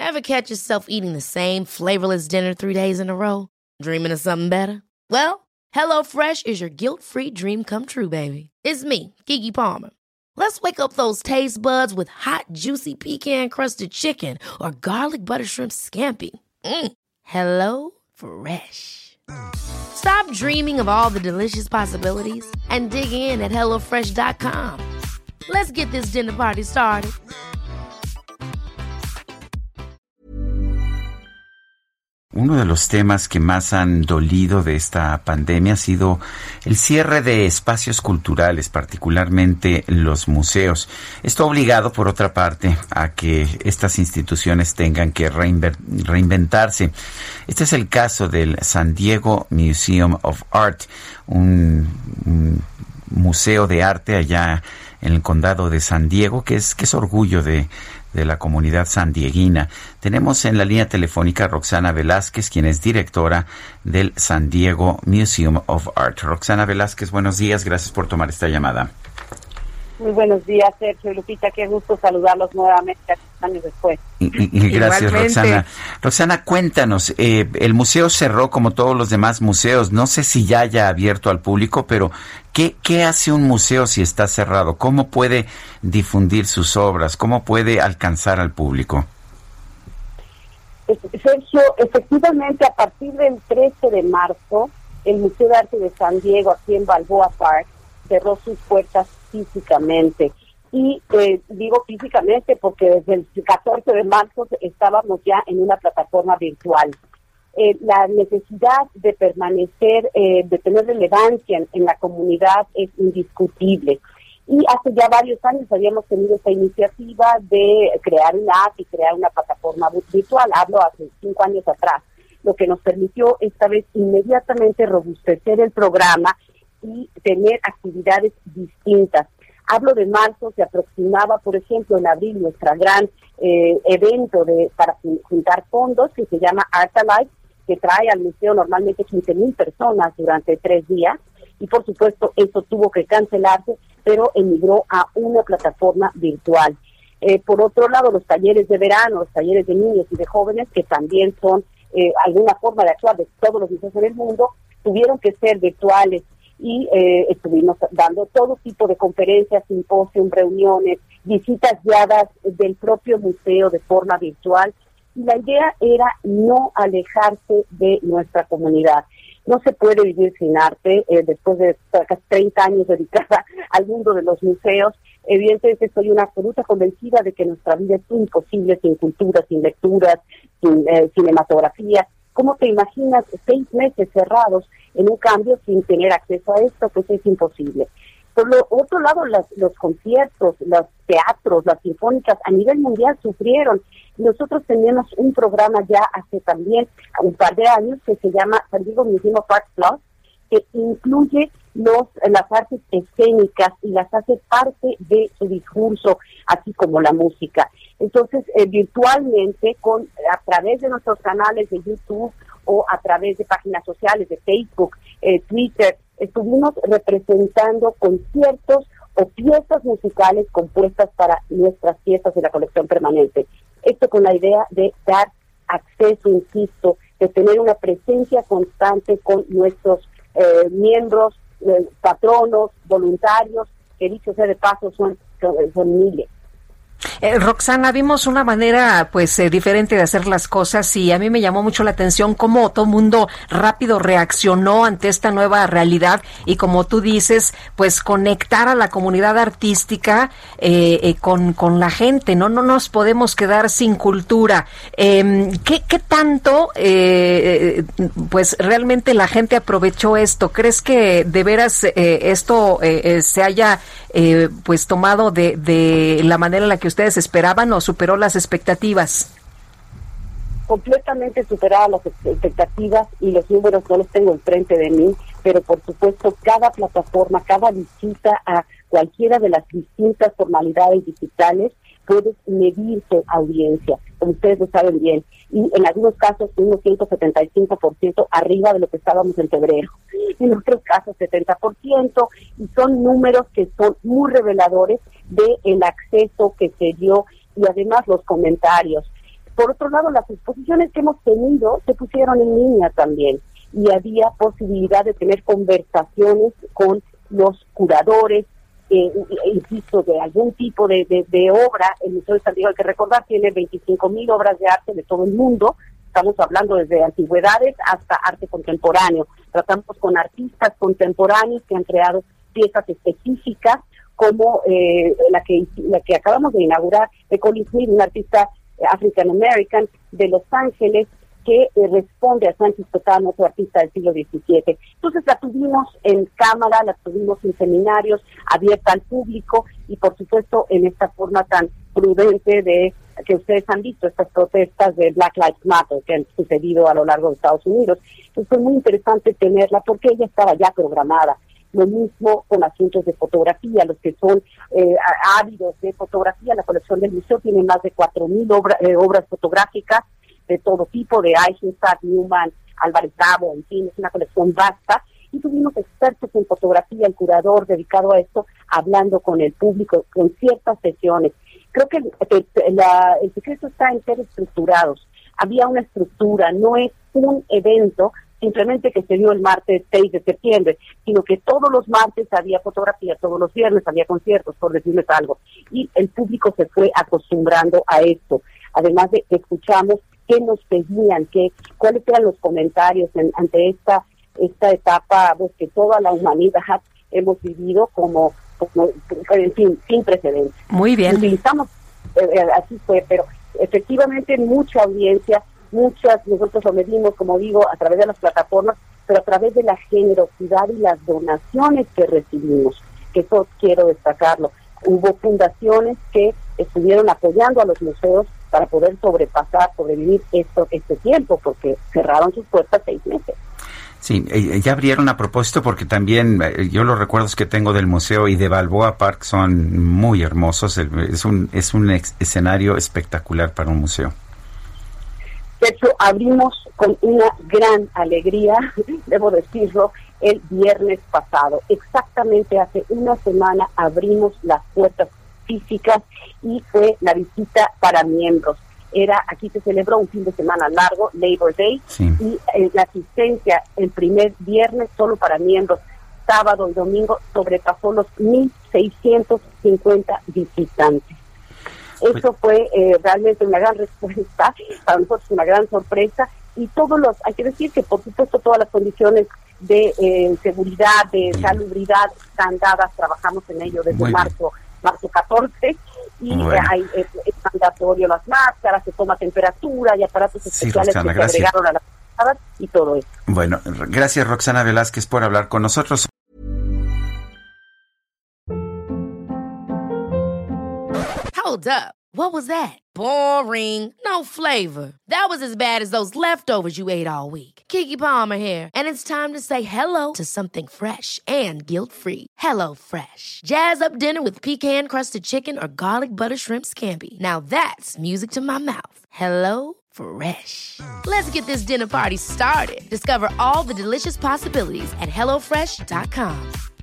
Ever catch yourself eating the same flavorless dinner 3 days in a row? Dreaming of something better? Well, HelloFresh is your guilt-free dream come true, baby. It's me, Keke Palmer. Let's wake up those taste buds with hot, juicy pecan-crusted chicken or garlic butter shrimp scampi. Hello Fresh. Stop dreaming of all the delicious possibilities and dig in at HelloFresh.com. Let's get this dinner party started. Uno de los temas que más han dolido de esta pandemia ha sido el cierre de espacios culturales, particularmente los museos. Esto ha obligado, por otra parte, a que estas instituciones tengan que reinventarse. Este es el caso del San Diego Museum of Art, un museo de arte allá en el condado de San Diego, que es orgullo de la comunidad sandieguina. Tenemos en la línea telefónica a Roxana Velázquez, quien es directora del San Diego Museum of Art. Roxana Velázquez, buenos días, gracias por tomar esta llamada. Muy buenos días, Sergio y Lupita, qué gusto saludarlos nuevamente años después. Y gracias, Roxana. Roxana, cuéntanos, el museo cerró como todos los demás museos, no sé si ya haya abierto al público, pero ¿qué hace un museo si está cerrado? ¿Cómo puede difundir sus obras? ¿Cómo puede alcanzar al público? Sergio, efectivamente, a partir del 13 de marzo, el Museo de Arte de San Diego, aquí en Balboa Park, cerró sus puertas físicamente. Y digo físicamente porque desde el 14 de marzo estábamos ya en una plataforma virtual. La necesidad de permanecer, de tener relevancia en la comunidad es indiscutible. Y hace ya varios años habíamos tenido esta iniciativa de crear una app y crear una plataforma virtual. Hablo hace 5 años atrás, lo que nos permitió esta vez inmediatamente robustecer el programa y tener actividades distintas. Hablo de marzo, se aproximaba, por ejemplo, en abril, nuestra gran evento para juntar fondos, que se llama Art Alive, que trae al museo normalmente 15,000 personas durante 3 días, y por supuesto eso tuvo que cancelarse, pero emigró a una plataforma virtual. Por otro lado, los talleres de verano, los talleres de niños y de jóvenes, que también son alguna forma de actuar de todos los museos en el mundo, tuvieron que ser virtuales. Y estuvimos dando todo tipo de conferencias, simposios, reuniones, visitas guiadas del propio museo de forma virtual. Y la idea era no alejarse de nuestra comunidad. No se puede vivir sin arte. Después de casi 30 años dedicada al mundo de los museos, evidentemente soy una absoluta convencida de que nuestra vida es imposible sin cultura, sin lecturas, sin cinematografía. ¿Cómo te imaginas 6 meses cerrados en un cambio sin tener acceso a esto? Pues es imposible. Por lo otro lado, los conciertos, los teatros, las sinfónicas a nivel mundial sufrieron. Nosotros teníamos un programa ya hace también un par de años que se llama San Diego Museum of Art Plus, que incluye las artes escénicas y las hace parte de su discurso, así como la música. Entonces, virtualmente, a través de nuestros canales de YouTube o a través de páginas sociales de Facebook, Twitter, estuvimos representando conciertos o piezas musicales compuestas para nuestras piezas de la colección permanente. Esto con la idea de dar acceso, insisto, de tener una presencia constante con nuestros miembros, patronos, voluntarios, que dicho sea de paso son miles. Roxana, vimos una manera diferente de hacer las cosas y a mí me llamó mucho la atención cómo todo el mundo rápido reaccionó ante esta nueva realidad y, como tú dices, pues conectar a la comunidad artística con la gente. No nos podemos quedar sin cultura. ¿Qué tanto pues realmente la gente aprovechó esto? ¿Crees que de veras esto se haya pues tomado de la manera en la que ustedes esperaban o superó las expectativas? Completamente superadas las expectativas y los números no los tengo enfrente de mí, pero por supuesto cada plataforma, cada visita a cualquiera de las distintas formalidades digitales puede medir su audiencia, como ustedes lo saben bien, y en algunos casos tuvimos 175% arriba de lo que estábamos en febrero, en otros casos 70%, y son números que son muy reveladores del acceso que se dio y además los comentarios. Por otro lado, las exposiciones que hemos tenido se pusieron en línea también y había posibilidad de tener conversaciones con los curadores, insisto, de algún tipo de obra. El Museo de San Diego, hay que recordar, tiene 25,000 obras de arte de todo el mundo. Estamos hablando desde antigüedades hasta arte contemporáneo. Tratamos con artistas contemporáneos que han creado piezas específicas, como la que acabamos de inaugurar, de Colin Smith, un artista African American de Los Ángeles, que responde a Sánchez Totano, otro artista del siglo XVII. Entonces la tuvimos en cámara, la tuvimos en seminarios, abierta al público, y por supuesto en esta forma tan prudente de que ustedes han visto, estas protestas de Black Lives Matter que han sucedido a lo largo de Estados Unidos. Entonces fue muy interesante tenerla porque ella estaba ya programada. Lo mismo con asuntos de fotografía, los que son ávidos de fotografía. La colección del museo tiene más de 4,000 obras fotográficas de todo tipo, de Eisenstadt, Newman, Álvarez Bravo, en fin, es una colección vasta. Y tuvimos expertos en fotografía, el curador dedicado a esto, hablando con el público, con ciertas sesiones. Creo que el secreto está en ser estructurados. Había una estructura, no es un evento simplemente que se dio el martes 6 de septiembre, sino que todos los martes había fotografía, todos los viernes había conciertos, por decirles algo. Y el público se fue acostumbrando a esto. Además de que escuchamos qué nos pedían, cuáles eran los comentarios ante esta etapa, pues, que toda la humanidad hemos vivido como en fin, sin precedentes. Muy bien. Utilizamos, así fue, pero efectivamente mucha audiencia, nosotros lo medimos, como digo, a través de las plataformas, pero a través de la generosidad y las donaciones que recibimos, que eso quiero destacarlo. Hubo fundaciones que estuvieron apoyando a los museos para poder sobrevivir este tiempo, porque cerraron sus puertas 6 meses. Sí, ya abrieron a propósito, porque también yo los recuerdos que tengo del museo y de Balboa Park son muy hermosos. Es un escenario espectacular para un museo. De hecho, abrimos con una gran alegría, debo decirlo, el viernes pasado. Exactamente hace una semana abrimos las puertas físicas y fue la visita para miembros. Aquí se celebró un fin de semana largo, Labor Day, sí. Y la asistencia el primer viernes solo para miembros, sábado y domingo, sobrepasó los 1,650 visitantes. Eso fue realmente una gran respuesta, para nosotros una gran sorpresa, y hay que decir que por supuesto todas las condiciones de seguridad, de salubridad están dadas, trabajamos en ello desde marzo 14, y hay es mandatorio las máscaras, se toma temperatura, y aparatos especiales, Roxana, que se agregaron a las máscaras y todo eso. Bueno, gracias Roxana Velázquez por hablar con nosotros. Hold up. What was that? Boring. No flavor. That was as bad as those leftovers you ate all week. Keke Palmer here, and it's time to say hello to something fresh and guilt-free. Hello Fresh. Jazz up dinner with pecan-crusted chicken or garlic butter shrimp scampi. Now that's music to my mouth. Hello Fresh. Let's get this dinner party started. Discover all the delicious possibilities at HelloFresh.com.